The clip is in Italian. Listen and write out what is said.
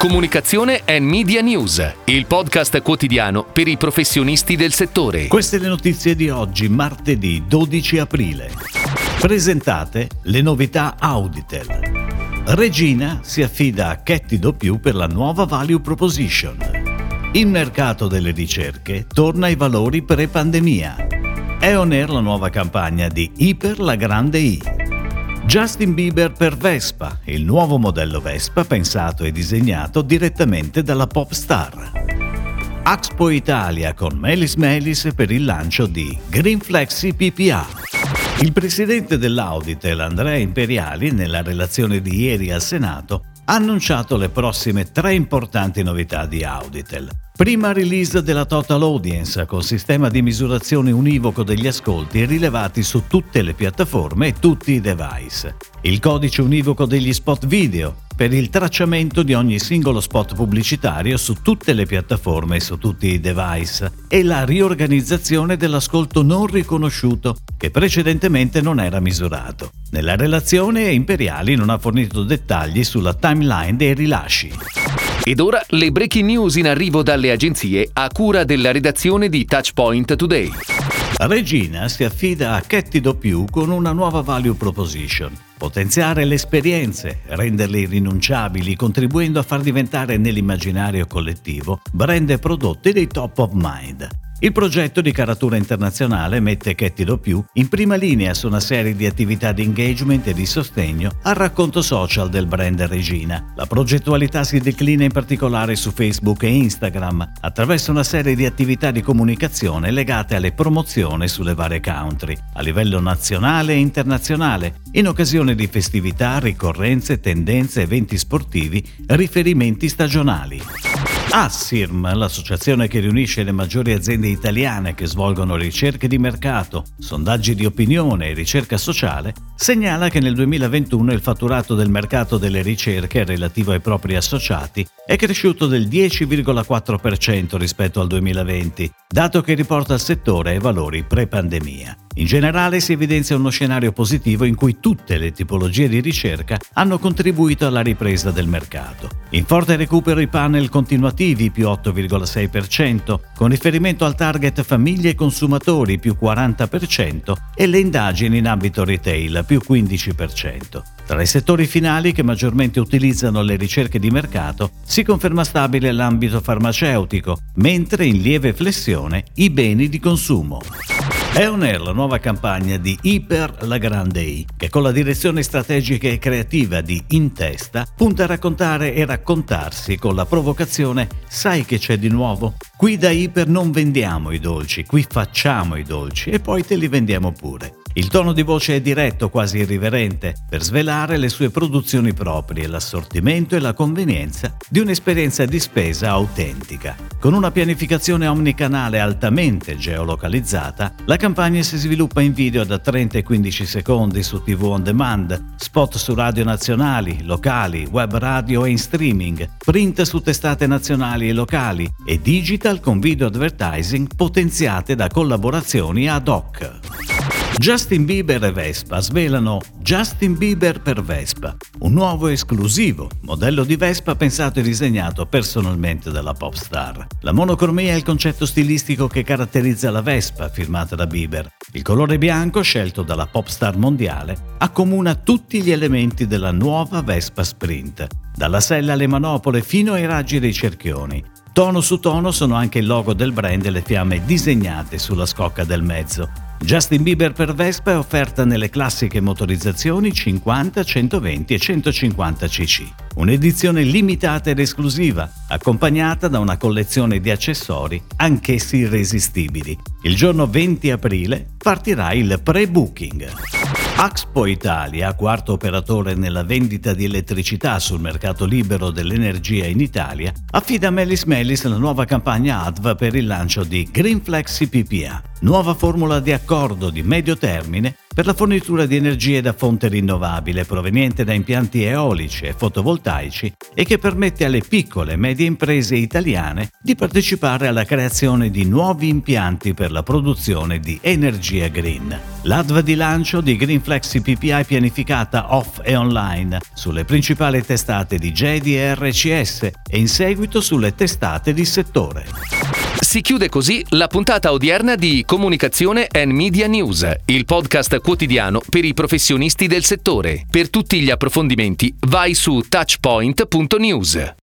Comunicazione e Media News, il podcast quotidiano per i professionisti del settore. Queste le notizie di oggi, martedì 12 aprile. Presentate le novità Auditel. Regina si affida a Ketty per la nuova Value Proposition. Il mercato delle ricerche torna ai valori pre-pandemia. È on air la nuova campagna di Iper la Grande I. Justin Bieber per Vespa, il nuovo modello Vespa pensato e disegnato direttamente dalla pop star. Axpo Italia con Melis per il lancio di Green Flexi PPA. Il presidente dell'Auditel, Andrea Imperiali, nella relazione di ieri al Senato, ha annunciato le prossime 3 importanti novità di Auditel. Prima release della Total Audience con sistema di misurazione univoco degli ascolti rilevati su tutte le piattaforme e tutti i device. Il codice univoco degli spot video per il tracciamento di ogni singolo spot pubblicitario su tutte le piattaforme e su tutti i device e la riorganizzazione dell'ascolto non riconosciuto che precedentemente non era misurato. Nella relazione Imperiali non ha fornito dettagli sulla timeline dei rilasci. Ed ora le breaking news in arrivo dalle agenzie a cura della redazione di Touchpoint Today. Regina si affida a Ketty con una nuova value proposition. Potenziare le esperienze, renderle irrinunciabili, contribuendo a far diventare nell'immaginario collettivo brand e prodotti dei top of mind. Il progetto di caratura internazionale mette Ketty in prima linea su una serie di attività di engagement e di sostegno al racconto social del brand Regina. La progettualità si declina in particolare su Facebook e Instagram attraverso una serie di attività di comunicazione legate alle promozioni sulle varie country, a livello nazionale e internazionale, in occasione di festività, ricorrenze, tendenze, eventi sportivi, riferimenti stagionali. Assirm, l'associazione che riunisce le maggiori aziende italiane che svolgono ricerche di mercato, sondaggi di opinione e ricerca sociale, segnala che nel 2021 il fatturato del mercato delle ricerche relativo ai propri associati è cresciuto del 10,4% rispetto al 2020, dato che riporta il settore ai valori pre-pandemia. In generale si evidenzia uno scenario positivo in cui tutte le tipologie di ricerca hanno contribuito alla ripresa del mercato. In forte recupero i panel continuativi più 8,6%, con riferimento al target famiglie e consumatori più 40% e le indagini in ambito retail più 15%. Tra i settori finali che maggiormente utilizzano le ricerche di mercato si conferma stabile l'ambito farmaceutico, mentre in lieve flessione i beni di consumo. È on air la nuova campagna di Iper la Grande I, che con la direzione strategica e creativa di In Testa punta a raccontare e raccontarsi con la provocazione «Sai che c'è di nuovo? Qui da Iper non vendiamo i dolci, qui facciamo i dolci e poi te li vendiamo pure». Il tono di voce è diretto, quasi irriverente, per svelare le sue produzioni proprie, l'assortimento e la convenienza di un'esperienza di spesa autentica. Con una pianificazione omnicanale altamente geolocalizzata, la campagna si sviluppa in video da 30 e 15 secondi su TV on demand, spot su radio nazionali, locali, web radio e in streaming, print su testate nazionali e locali e digital con video advertising potenziate da collaborazioni ad hoc. Justin Bieber e Vespa svelano Justin Bieber per Vespa, un nuovo esclusivo modello di Vespa pensato e disegnato personalmente dalla pop star. La monocromia è il concetto stilistico che caratterizza la Vespa firmata da Bieber. Il colore bianco, scelto dalla pop star mondiale, accomuna tutti gli elementi della nuova Vespa Sprint, dalla sella alle manopole fino ai raggi dei cerchioni. Tono su tono sono anche il logo del brand e le fiamme disegnate sulla scocca del mezzo. Justin Bieber per Vespa è offerta nelle classiche motorizzazioni 50, 120 e 150 cc. Un'edizione limitata ed esclusiva, accompagnata da una collezione di accessori anch'essi irresistibili. Il giorno 20 aprile partirà il pre-booking. Axpo Italia, quarto operatore nella vendita di elettricità sul mercato libero dell'energia in Italia, affida a Melis la nuova campagna ADV per il lancio di Green Flexi PPA. nuova formula di accordo di medio termine per la fornitura di energie da fonte rinnovabile proveniente da impianti eolici e fotovoltaici e che permette alle piccole e medie imprese italiane di partecipare alla creazione di nuovi impianti per la produzione di energia green. L'ADV di lancio di Green Flexi PPI pianificata off e online sulle principali testate di GEDI e RCS e in seguito sulle testate di settore. Si chiude così la puntata odierna di Comunicazione & Media News, il podcast quotidiano per i professionisti del settore. Per tutti gli approfondimenti vai su touchpoint.news.